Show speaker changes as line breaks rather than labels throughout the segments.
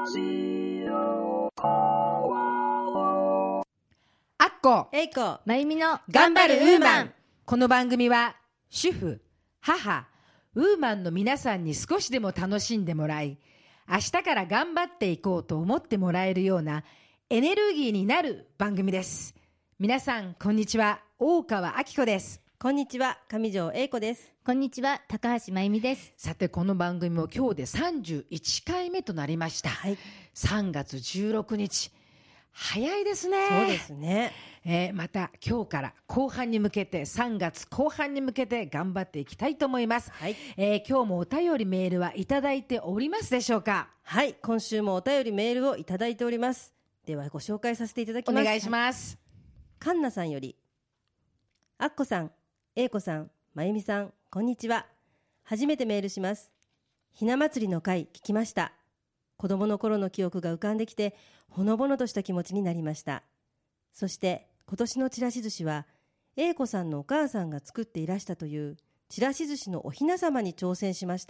アッコ、
えいこ、
まゆみの
頑張るウーマン。この番組は主婦、母、ウーマンの皆さんに少しでも楽しんでもらい、明日から頑張っていこうと思ってもらえるようなエネルギーになる番組です。皆さんこんにちは、大川明子です。
こんにちは、上条英子です。
こんにちは、高橋まゆみです。
さて、この番組も今日で31回目となりました。
はい、
3月16日。早いですね。
そうですね。
また今日から後半に向けて、3月後半に向けて頑張っていきたいと思います。
はい、
今日もお便りメールはいただいておりますでしょうか？
はい、今週もお便りメールをいただいております。ではご紹介させていただきます。
お願いします。
かんなさんより、あっこさん、英子さん、まゆみさん、こんにちは。初めてメールします。ひな祭りの会聞きました。子供の頃の記憶が浮かんできて、ほのぼのとした気持ちになりました。そして今年のちらし寿司は、英子さんのお母さんが作っていらしたというちらし寿司のおひな様に挑戦しました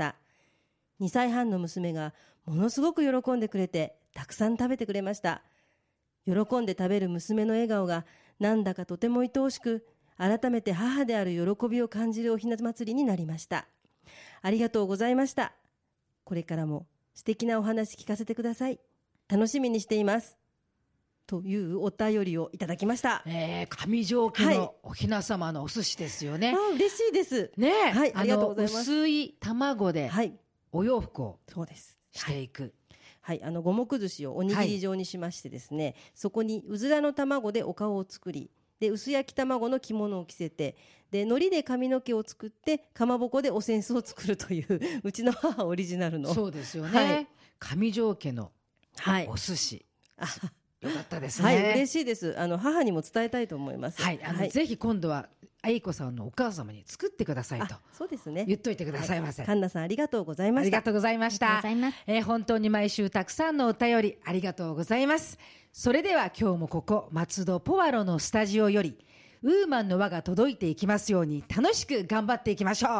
。2歳半の娘がものすごく喜んでくれて、たくさん食べてくれました。喜んで食べる娘の笑顔がなんだかとても愛おしく、改めて母である喜びを感じるおひな祭りになりました。ありがとうございました。これからも素敵なお話聞かせてください。楽しみにしています。というお便りをいただきました。
上条家のおひな様のお寿司ですよね。
嬉しいです
ね。
はい、ありがとうございます。
薄い卵でお洋服をしていく。
はい、五目寿司をおにぎり状にしましてですね、そこにうずらの卵でお顔を作り、で薄焼き卵の着物を着せて、で海苔で髪の毛を作ってかまぼこでお扇子を作るといううちの母オリジナルの。
そうですよね、上条家のお寿司、よかったですね。
嬉しいです。母にも伝えたいと思います。
ぜひ今度は愛子さんのお母様に作ってくださいと。
そうですね、
言っといてくださいませ。
かんなさんありがとうございました。
ありがとうございました。本当に毎週たくさんのお便りありがとうございます。それでは今日もここ松戸ポワロのスタジオよりウーマンの輪が届いていきますように、楽しく頑張っていきましょう。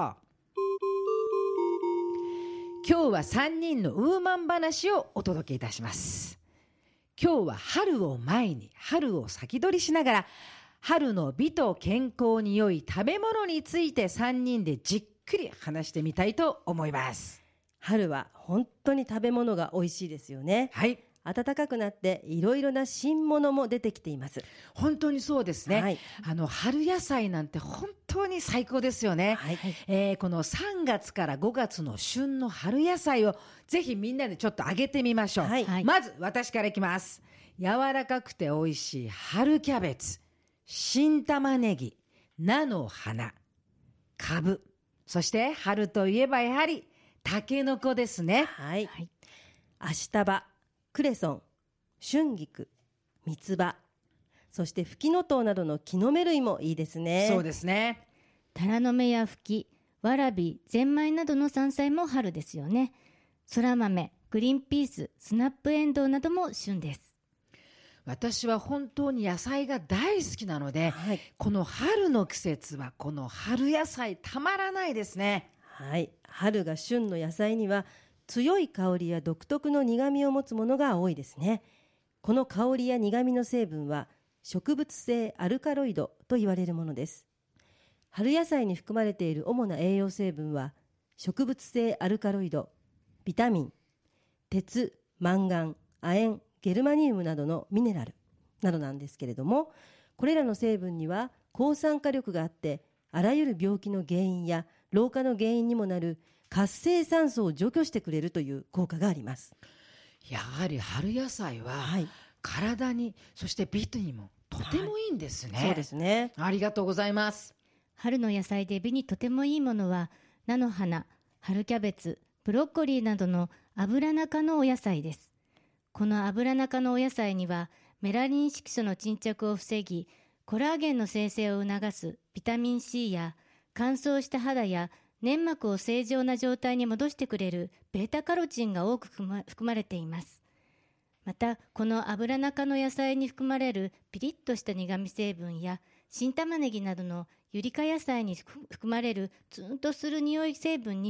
今日は3人のウーマン話をお届けいたします。今日は春を前に、春を先取りしながら、春の美と健康に良い食べ物について3人でじっくり話してみたいと思います。
春は本当に食べ物が美味しいですよね。
はい、
暖かくなっていろいろな新物も出てきています。
本当にそうですね、春野菜なんて本当に最高ですよね。この3月から5月の旬の春野菜をぜひみんなでちょっと揚げてみましょう。まず私からいきます。柔らかくて美味しい春キャベツ、新玉ねぎ、菜の花、かぶ、そして春といえばやはりたけのこですね。
アシタバ、クレソン、春菊、三つ葉、そしてフキノトウなどの木の芽類もいいですね。
そうですね。
タラの芽やフキ、わらび、ゼンマイなどの山菜も春ですよね。そら豆、グリーンピース、スナップエンドウなども旬です。
私は本当に野菜が大好きなので、この春の季節はこの春野菜たまらないですね。
春が旬の野菜には強い香りや独特の苦みを持つものが多いですね。この香りや苦みの成分は植物性アルカロイドと言われるものです。春野菜に含まれている主な栄養成分は植物性アルカロイド、ビタミン、鉄、マンガン、亜鉛、ゲルマニウムなどのミネラルなどなんですけれども、これらの成分には抗酸化力があって、あらゆる病気の原因や老化の原因にもなる活性酸素を除去してくれるという効果があります。
やはり春野菜は体に、そして美にもとてもいいんですね。
そうですね。
ありがとうございます。
春の野菜で美にとてもいいものは菜の花、春キャベツ、ブロッコリーなどの油中のお野菜です。この油中のお野菜にはメラニン色素の沈着を防ぎ、コラーゲンの生成を促すビタミン C や乾燥した肌や粘膜を正常な状態に戻してくれるベータカロチンが多く含まれています。またこの油中の野菜に含まれるピリッとした苦味成分や新玉ねぎなどのユリ科野菜に含まれるツーンとする匂い成分には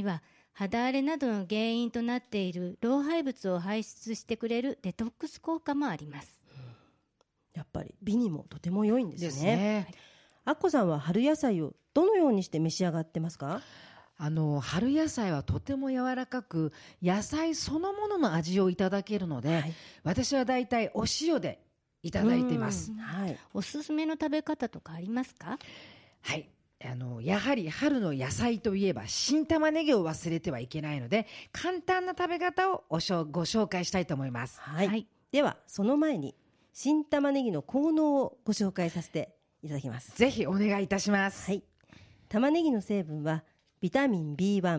肌荒れなどの原因となっている老廃物を排出してくれるデトックス効果もあります。
やっぱり美にもとても良いんですね。
ですね。
アッコさんは春野菜をどのようにして召し上がってますか？
春野菜はとても柔らかく、野菜そのものの味をいただけるので、私はだいたいお塩でいただいています。
おすすめの食べ方とかありますか？
はい。やはり春の野菜といえば新玉ねぎを忘れてはいけないので、簡単な食べ方をご紹介したいと思います。
ではその前に新玉ねぎの効能をご紹介させていただきます。
ぜひお願いいたします。
玉ねぎの成分はビタミン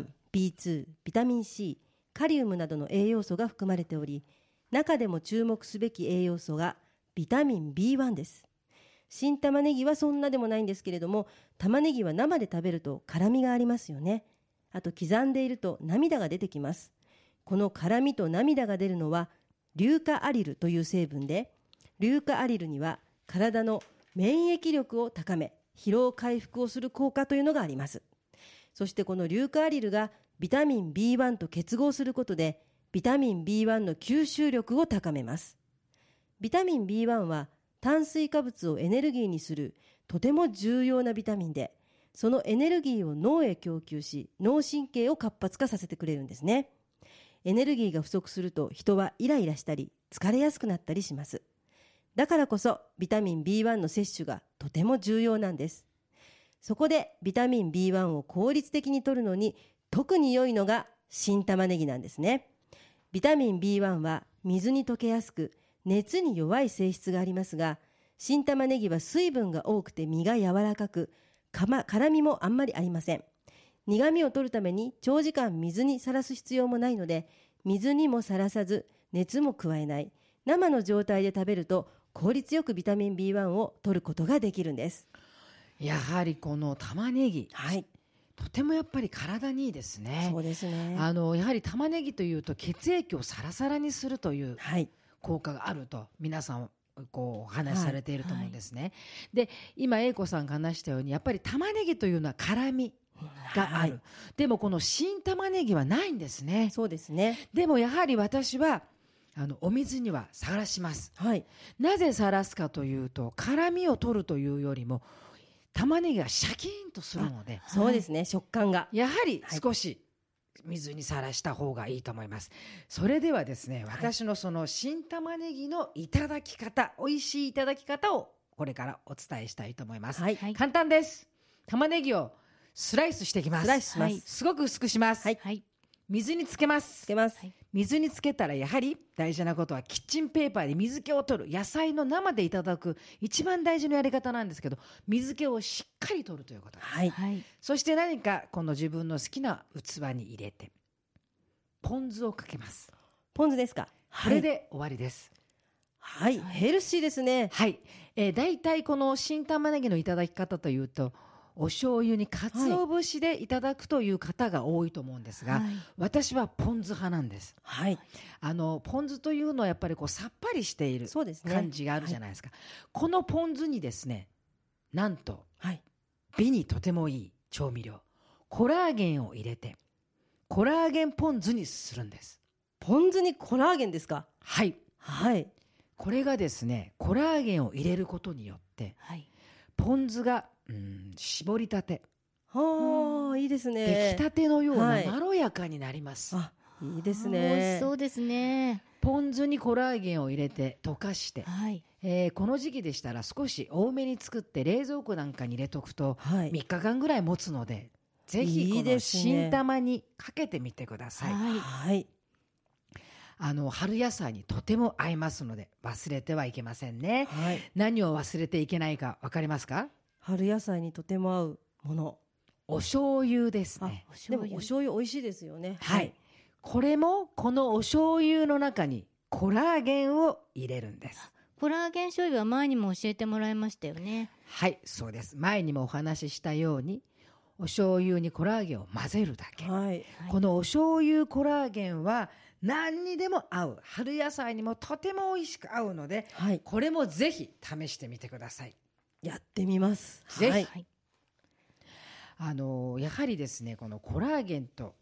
B1、B2、ビタミン C、カリウムなどの栄養素が含まれており、中でも注目すべき栄養素がビタミン B1 です。新玉ねぎはそんなでもないんですけれども、玉ねぎは生で食べると辛みがありますよね。あと刻んでいると涙が出てきます。この辛みと涙が出るのは硫化アリルという成分で、硫化アリルには体の免疫力を高め、疲労回復をする効果というのがあります。そしてこの硫化アリルがビタミン B1 と結合することで、ビタミン B1 の吸収力を高めます。ビタミン B1 は炭水化物をエネルギーにするとても重要なビタミンで、そのエネルギーを脳へ供給し、脳神経を活発化させてくれるんですね。エネルギーが不足すると人はイライラしたり疲れやすくなったりします。だからこそビタミン B1 の摂取がとても重要なんです。そこでビタミン B1 を効率的に摂るのに特に良いのが新玉ねぎなんですね。ビタミン B1 は水に溶けやすく熱に弱い性質がありますが、新玉ねぎは水分が多くて身が柔らかく、辛みもあんまりありません。苦味を取るために長時間水にさらす必要もないので、水にもさらさず熱も加えない生の状態で食べると効率よくビタミン B1 を取ることができるんです。
やはりこの玉ねぎ、とてもやっぱり体にいいですね。
そうですね。
やはり玉ねぎというと血液をサラサラにするという効果があると皆さんお話しされていると思うんですね。で、今英子さんが話したようにやっぱり玉ねぎというのは辛みがある。でもこの新玉ねぎはないんですね。
そうですね。
でもやはり私はお水にはさらします。なぜさらすかというと、辛みを取るというよりも玉ねぎがシャキーンとするので、
そうですね、食感が
やはり少し水にさらした方がいいと思います。それではですね、私のその新玉ねぎのいただき方、美味しいいただき方をこれからお伝えしたいと思います。簡単です。玉ねぎをスライスしていきます。
スライスします。
すごく薄くします。水につけます。水につけたらやはり大事なことはキッチンペーパーで水気を取る。野菜の生でいただく一番大事なやり方なんですけど、水気をしっかり取るということです。そして何かこの自分の好きな器に入れてポン酢をかけます。
ポン酢ですか？
これで終わりです。
ヘルシーですね。
だいたいこの新玉ねぎのいただき方というと、お醤油に鰹節でいただくという方が多いと思うんですが、私はポン酢派なんです。ポン酢というのはやっぱりさっぱりしている感じがあるじゃないですか。このポン酢にですね、なんと、美にとてもいい調味料コラーゲンを入れてコラーゲンポン酢にするんです。
ポン酢にコラーゲンですか？
これがですね、コラーゲンを入れることによって、ポン酢が絞りたて、
いいですね。
出来たてのようなまろやかになります。
いいですね。
美味しそうですね。
ポン酢にコラーゲンを入れて溶かして、この時期でしたら少し多めに作って冷蔵庫なんかに入れとくと3日間ぐらい持つので、ぜひこの新玉にかけてみてください。春野菜にとても合いますので忘れてはいけませんね。何を忘れていけないか分かりますか？
春野菜にとても合うもの、
お醤油ですね。
でもお醤油美味しいですよね。
これもこのお醤油の中にコラーゲンを入れるんです。
コラーゲン醤油は前にも教えてもらいましたよね。
そうです。前にもお話ししたようにお醤油にコラーゲンを混ぜるだけ、このお醤油コラーゲンは何にでも合う、春野菜にもとても美味しく合うので、これもぜひ試してみてください。
やってみます。
ぜひ。やはりですね、このコラーゲンと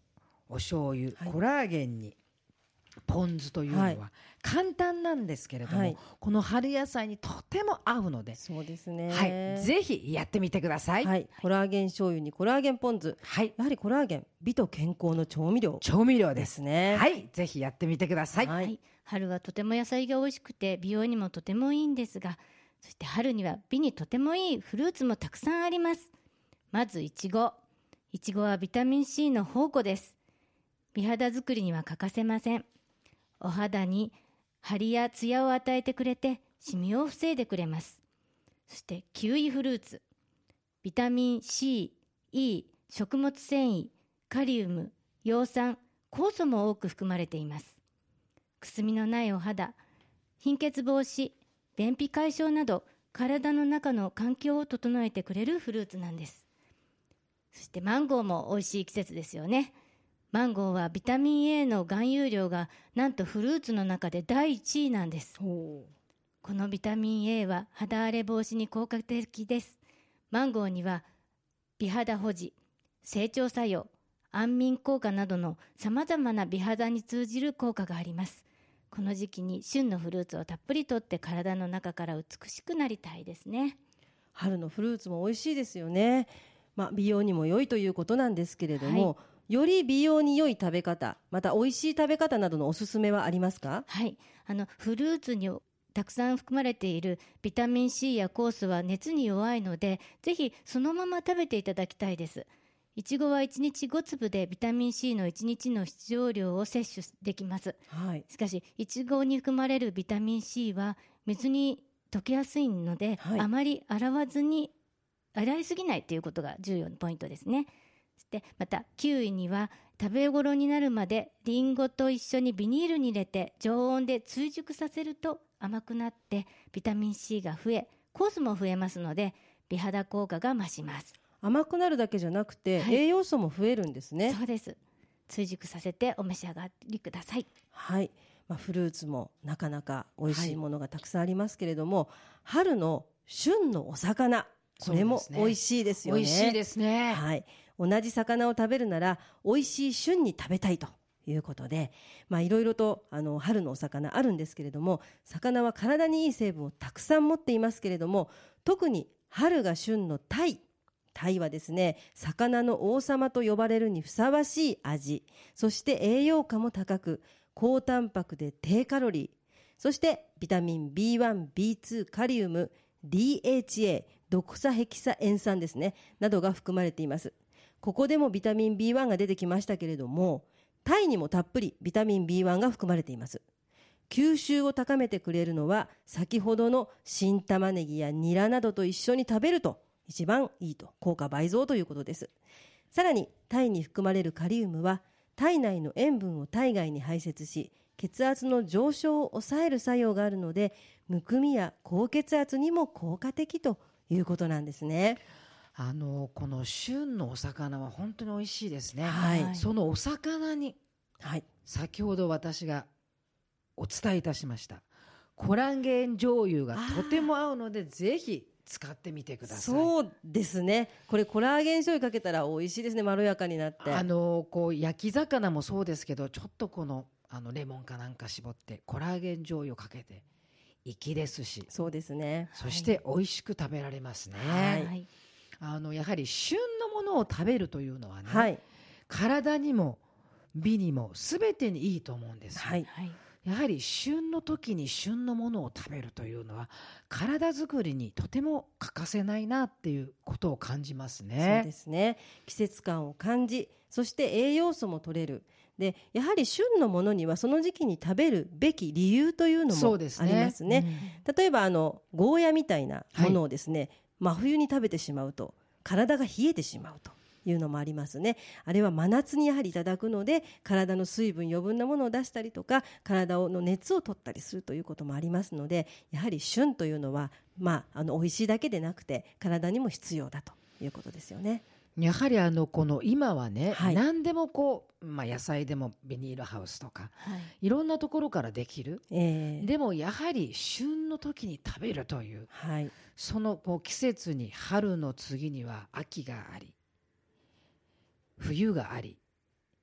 お醤油、
はい、
コラーゲンにポン酢というのは簡単なんですけれども、はい、この春野菜にとても合うので、
そうですね、
はい、ぜひやってみてください、
はい、コラーゲン醤油にコラーゲンポン酢、はい、やはりコラーゲン美と健康の調味料ですね。
はい、ぜひやってみてください、
はい、春はとても野菜が美味しくて美容にもとてもいいんですが、そして春には美にとてもいいフルーツもたくさんあります。まずいちごはビタミン C の宝庫です。美肌作りには欠かせません。お肌に張りやツヤを与えてくれてシミを防いでくれます。そしてキウイフルーツ、ビタミン C、E、食物繊維、カリウム、葉酸、酵素も多く含まれています。くすみのないお肌、貧血防止、便秘解消など体の中の環境を整えてくれるフルーツなんです。そしてマンゴーも美味しい季節ですよね。マンゴーはビタミン A の含有量がなんとフルーツの中で第1位なんです。このビタミン A は肌荒れ防止に効果的です。マンゴーには美肌保持、整腸作用、安眠効果などのさまざまな美肌に通じる効果があります。この時期に旬のフルーツをたっぷりとって体の中から美しくなりたいですね。
春のフルーツも美味しいですよね。美容にも良いということなんですけれども、はい、より美容に良い食べ方、また美味しい食べ方などのおすすめはありますか？
はい、フルーツにたくさん含まれているビタミン C や酵素は熱に弱いので、ぜひそのまま食べていただきたいです。いちごは1日5粒でビタミン C の1日の必要量を摂取できます、はい、しかしいちごに含まれるビタミン C は水に溶けやすいので、はい、あまり洗いすぎないということが重要なポイントですね。そしてまたキウイには食べ頃になるまでリンゴと一緒にビニールに入れて常温で追熟させると甘くなってビタミン C が増え、酵素も増えますので美肌効果が増します。
甘くなるだけじゃなくて、はい、栄養素も増えるんですね。
そうです。追熟させてお召し上がりください。
はい、フルーツもなかなか美味しいものがたくさんありますけれども、はい、春の旬のお魚、これも美味しいですよね。
美味しいですね、
はい、同じ魚を食べるなら美味しい旬に食べたいということで、いろいろと春のお魚あるんですけれども、魚は体にいい成分をたくさん持っていますけれども、特に春が旬の鯛はですね、魚の王様と呼ばれるにふさわしい味、そして栄養価も高く、高タンパクで低カロリー、そしてビタミン B1、B2、カリウム、DHA、ドクサヘキサエン酸ですね、などが含まれています。ここでもビタミン B1 が出てきましたけれども、鯛にもたっぷりビタミン B1 が含まれています。吸収を高めてくれるのは先ほどの新玉ねぎやニラなどと一緒に食べると一番いいと、効果倍増ということです。さらに鯛に含まれるカリウムは体内の塩分を体外に排泄し、血圧の上昇を抑える作用があるので、むくみや高血圧にも効果的ということなんですね。
この旬のお魚は本当に美味しいですね、
はい、
そのお魚に、
はい、
先ほど私がお伝えいたしましたコラーゲン醤油がとても合うので、ぜひ使ってみてください。
そうですね、これコラーゲン醤油かけたら美味しいですね。まろやかになって、
こう焼き魚もそうですけど、ちょっとこのレモンかなんか絞ってコラーゲン醤油をかけて粋ですし、
そうですね、
そして美味しく食べられますね、
はい、
やはり旬のものを食べるというのはね、
はい、
体にも美にも全てにいいと思うんですよ、
はい、
やはり旬の時に旬のものを食べるというのは体づくりにとても欠かせないなっていうことを感じますね。
そうですね、季節感を感じ、そして栄養素も取れる。でやはり旬のものにはその時期に食べるべき理由というのもありますね。例えばゴーヤみたいなものをですね、真冬に食べてしまうと体が冷えてしまうというのもありますね。あれは真夏にやはりいただくので、体の水分余分なものを出したりとか、体の熱を取ったりするということもありますので、やはり旬というのは、美味しいだけでなくて体にも必要だということですよね。
やはりこの今はね、はい、何でも野菜でもビニールハウスとか、はい、いろんなところからできる、でもやはり旬の時に食べるという、はい、その季節に春の次には秋があり冬があり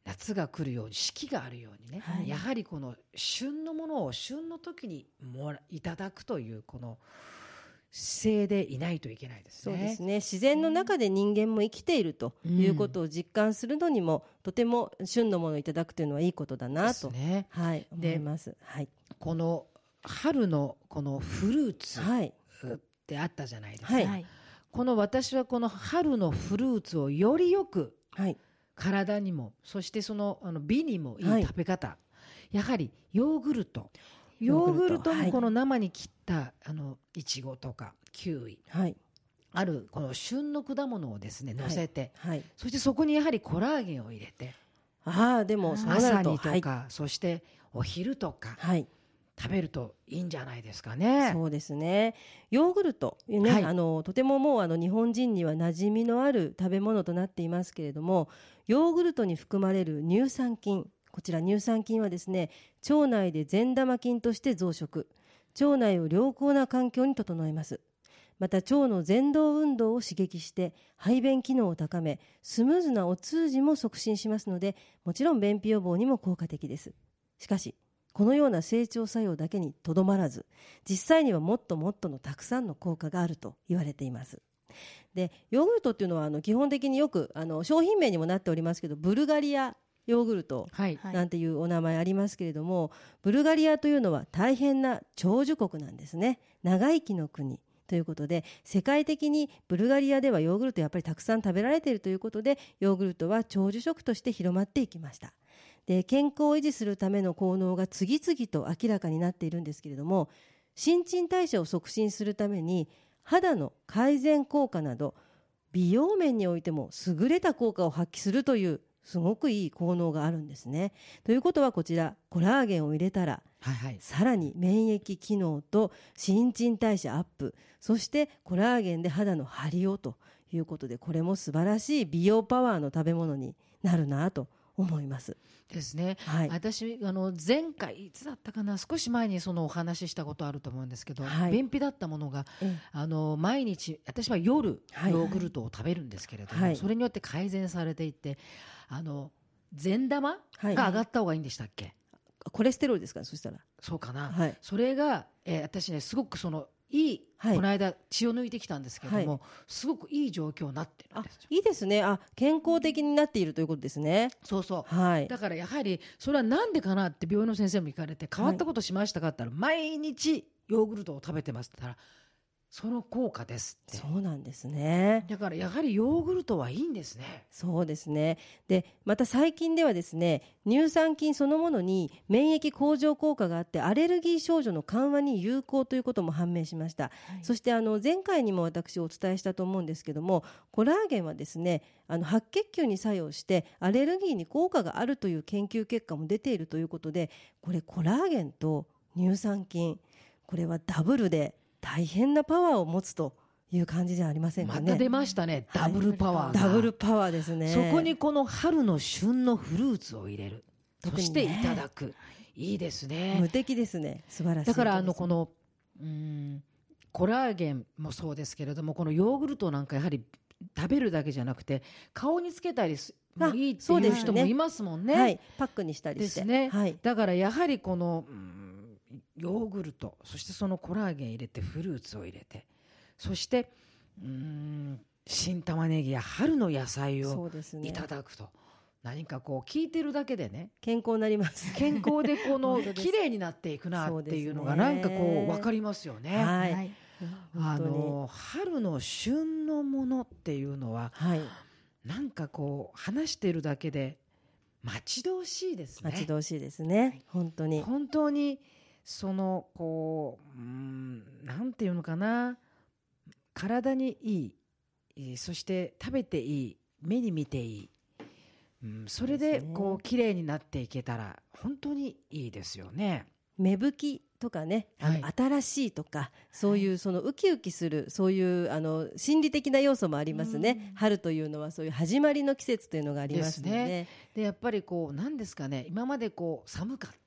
夏が来るように四季があるようにね、
はい、
やはりこの旬のものを旬の時にいただくというこの姿勢でいないといけないですね。
そうですね。自然の中で人間も生きているということを実感するのにも、とても旬のものをいただくというのはいいことだなと、
ね、
はい、思います。はい、
この春のこのフルーツってあったじゃないですか。はい、私はこの春のフルーツをよりよく体にも、そしてその美にもいい食べ方、はい、やはりヨーグルトにこの生に切ったいちごとかキウイ、はい、あるこの旬の果物をですね乗せて、はい、そしてそこにやはりコラーゲンを入れて、
でもそうなると
朝にとか、はい、そしてお昼とか、はい、食べるといいんじゃないですかね。
そうですね。ヨーグルト、ね、はい、とてももう日本人には馴染みのある食べ物となっていますけれども、ヨーグルトに含まれる乳酸菌、こちら乳酸菌はですね、腸内で善玉菌として増殖、腸内を良好な環境に整えます。また腸の蠕動運動を刺激して排便機能を高め、スムーズなお通じも促進しますので、もちろん便秘予防にも効果的です。しかしこのような成長作用だけにとどまらず、実際にはもっともっとのたくさんの効果があると言われています。でヨーグルトっていうのは基本的によく商品名にもなっておりますけど、ブルガリアヨーグルトなんていうお名前ありますけれども、ブルガリアというのは大変な長寿国なんですね。長生きの国ということで、世界的にブルガリアではヨーグルトやっぱりたくさん食べられているということで、ヨーグルトは長寿食として広まっていきました。で健康を維持するための効能が次々と明らかになっているんですけれども、新陳代謝を促進するために肌の改善効果など美容面においても優れた効果を発揮するというすごくいい効能があるんですね。ということはこちらコラーゲンを入れたら、はいはい、さらに免疫機能と新陳代謝アップ、そしてコラーゲンで肌の張りをということで、これも素晴らしい美容パワーの食べ物になるなと思います
ですね。はい、私前回いつだったかな、少し前にそのお話ししたことあると思うんですけど、はい、便秘だったものが毎日私は夜ヨーグルトを食べるんですけれども、はい、それによって改善されていって善玉が上がった方がいいんでしたっけ、はい、
コレステロールですかね。そしたら
そうかな、はい、それが、私ねすごくいい、はい、この間血を抜いてきたんですけれども、はい、すごくいい状況になってるんですよ。
いいですね。健康的になっているということですね。
そうそう、はい、だからやはりそれはなんでかなって病院の先生も聞かれて、変わったことしましたかって言ったら、毎日ヨーグルトを食べてますって言ったら、その効果ですって。
そうなんですね。
だからやはりヨーグルトはいいんですね。
そうですね。でまた最近ではですね、乳酸菌そのものに免疫向上効果があって、アレルギー症状の緩和に有効ということも判明しました。はい、そして前回にも私お伝えしたと思うんですけども、コラーゲンはですね、白血球に作用してアレルギーに効果があるという研究結果も出ているということで、これコラーゲンと乳酸菌、これはダブルで大変なパワーを持つという感じじゃありませんかね。
また出ましたね、ダブルパワーが、
ダブルパワーですね。
そこにこの春の旬のフルーツを入れる、そしていただく、いいですね。
無敵ですね。素晴らしい。
だからこのコラーゲンもそうですけれども、このヨーグルトなんかやはり食べるだけじじゃなくて顔につけたりもいいっていう人もいますもんね。
はい、パックにしたりして
ですね。はい、だからやはりこのヨーグルト、そしてそのコラーゲン入れてフルーツを入れて、そして新玉ねぎや春の野菜をいただくと、何かこう聞いてるだけでね、
健康になります。
健康でこの綺麗になっていくなっていうのがなんかこう分かりますよね。はい、春の旬のものっていうのは、はい、なんかこう話してるだけで待ち遠しいですね。
待ち遠しいですね。はい、本当に
本当にこうなんていうのかな、体にいい、そして食べていい、目に見ていい、それでこう綺麗になっていけたら本当にいいですよね。
芽吹きとかね、新しいとか、そういうそのウキウキする、そういう心理的な要素もありますね。春というのはそういう始まりの季節というのがありますので、ね、
でやっぱりこうなんですかね、今までこう寒かった、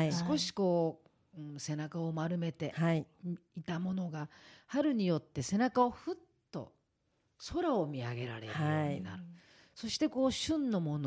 少しこう背中を丸めていたものが、春によって背中をふっと空を見上げられるようになる、そしてこう旬のものを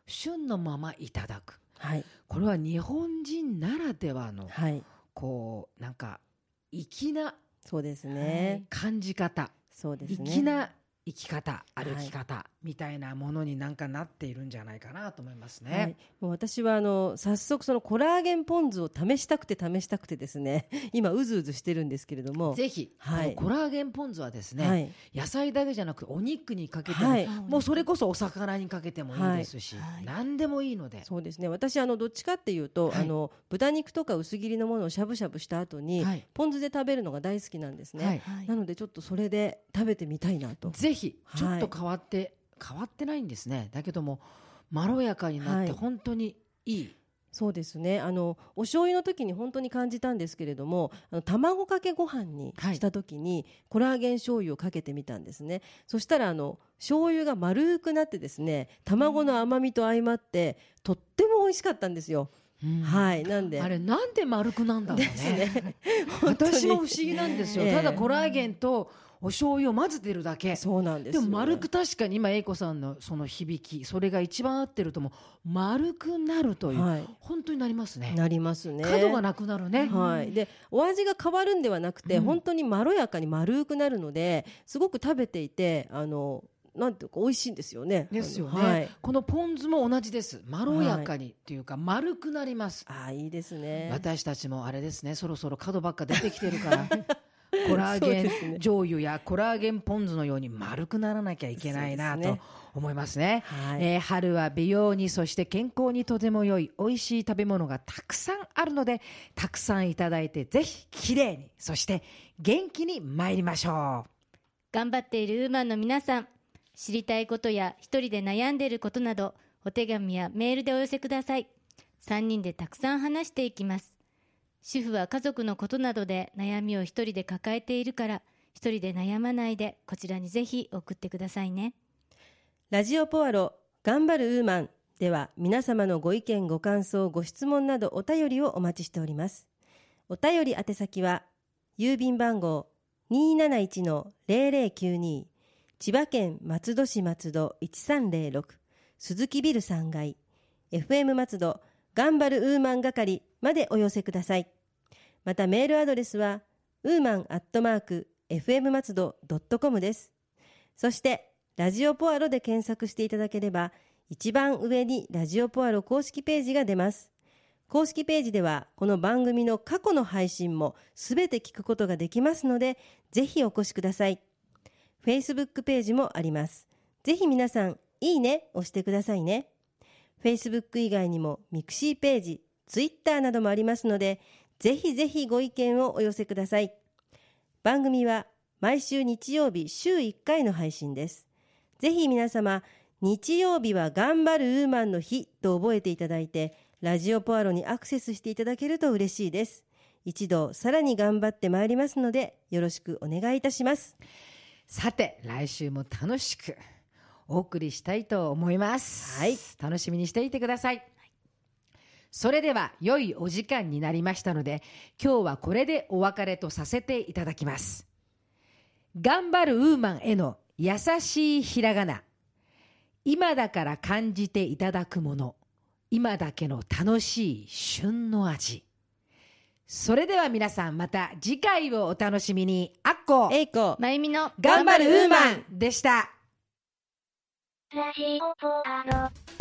旬のままいただく、
はい、
これは日本人ならではの、
はい、
こうなんか粋な
そうですね、
感じ方、
そうですね、
粋な生き方、歩き方みたいなものになんかなっているんじゃないかなと思いますね。
はい、もう私は早速そのコラーゲンポン酢を試したくてですね今うずうずしてるんですけれども、
ぜひ、
はい、
コラーゲンポン酢はですね、
はい、
野菜だけじゃなくお肉にかけても、
はい、
もうそれこそお魚にかけてもいいですし、はい、何でもいいので。
そうですね、私どっちかっていうと、はい、豚肉とか薄切りのものをしゃぶしゃぶした後に、はい、ポン酢で食べるのが大好きなんですね、はい、なのでちょっとそれで食べてみたいなと。ぜ
ひちょっと変わってないんですね。だけどもまろやかになって本当にいい、
そうですね、お醤油の時に本当に感じたんですけれども、卵かけご飯にした時にコラーゲン醤油をかけてみたんですね。そしたら醤油が丸くなってですね、卵の甘みと相まってとっても美味しかったんですよ。はい、なんで
あれなんで丸くなんだろう ね私も不思議なんですよ、ただコラーゲンとお醤油を混ぜてるだけ。
そうなんですよ、ね、
でも丸く、確かに今英子さんのその響き、それが一番合ってると思う。丸くなるという、はい、本当になりますね。
なりますね。
角がなくなるね、
はい、でお味が変わるんではなくて、本当にまろやかに丸くなるので、すごく食べていてなんていうか美味しいんですよね。
ですよね、はい、このポン酢も同じです。まろやかにっていうか、丸くなります。
いいですね。
私たちもあれですね、そろそろ角ばっか出てきてるからコラーゲン醤油やコラーゲンポン酢のように丸くならなきゃいけないなと思いますね。はい、春は美容に、そして健康にとても良い美味しい食べ物がたくさんあるので、たくさんいただいて、ぜひきれいに、そして元気に参りましょう。
頑張っているウーマンの皆さん、知りたいことや一人で悩んでいることなど、お手紙やメールでお寄せください。3人でたくさん話していきます。主婦は家族のことなどで悩みを一人で抱えているから、一人で悩まないでこちらにぜひ送ってくださいね。
ラジオポアロ頑張るウーマンでは、皆様のご意見ご感想ご質問などお便りをお待ちしております。お便り宛先は郵便番号 271-0092 千葉県松戸市松戸 1306 鈴木ビル3階 FM 松戸頑張るウーマン係までお寄せください。またメールアドレスはwoman@fm松戸.com です。そしてラジオポアロで検索していただければ、一番上にラジオポアロ公式ページが出ます。公式ページではこの番組の過去の配信もすべて聞くことができますので、ぜひお越しください。Facebook ページもあります。ぜひ皆さんいいね押してくださいね。Facebook 以外にもミクシーページ、Twitter などもありますので、ぜひぜひご意見をお寄せください。番組は毎週日曜日週1回の配信です。ぜひ皆様、日曜日は頑張るウーマンの日と覚えていただいて、ラジオポアロにアクセスしていただけると嬉しいです。一度さらに頑張ってまいりますので、よろしくお願いいたします。
さて、来週も楽しくお送りしたいと思います。はい、楽しみにしていてください。それでは良いお時間になりましたので、今日はこれでお別れとさせていただきます。頑張るウーマンへの優しいひらがな。今だから感じていただくもの。今だけの楽しい旬の味。それでは皆さん、また次回をお楽しみに。あっこ、
えいこ、
まゆみの
頑張るウーマンでした。
ラジオポアロ。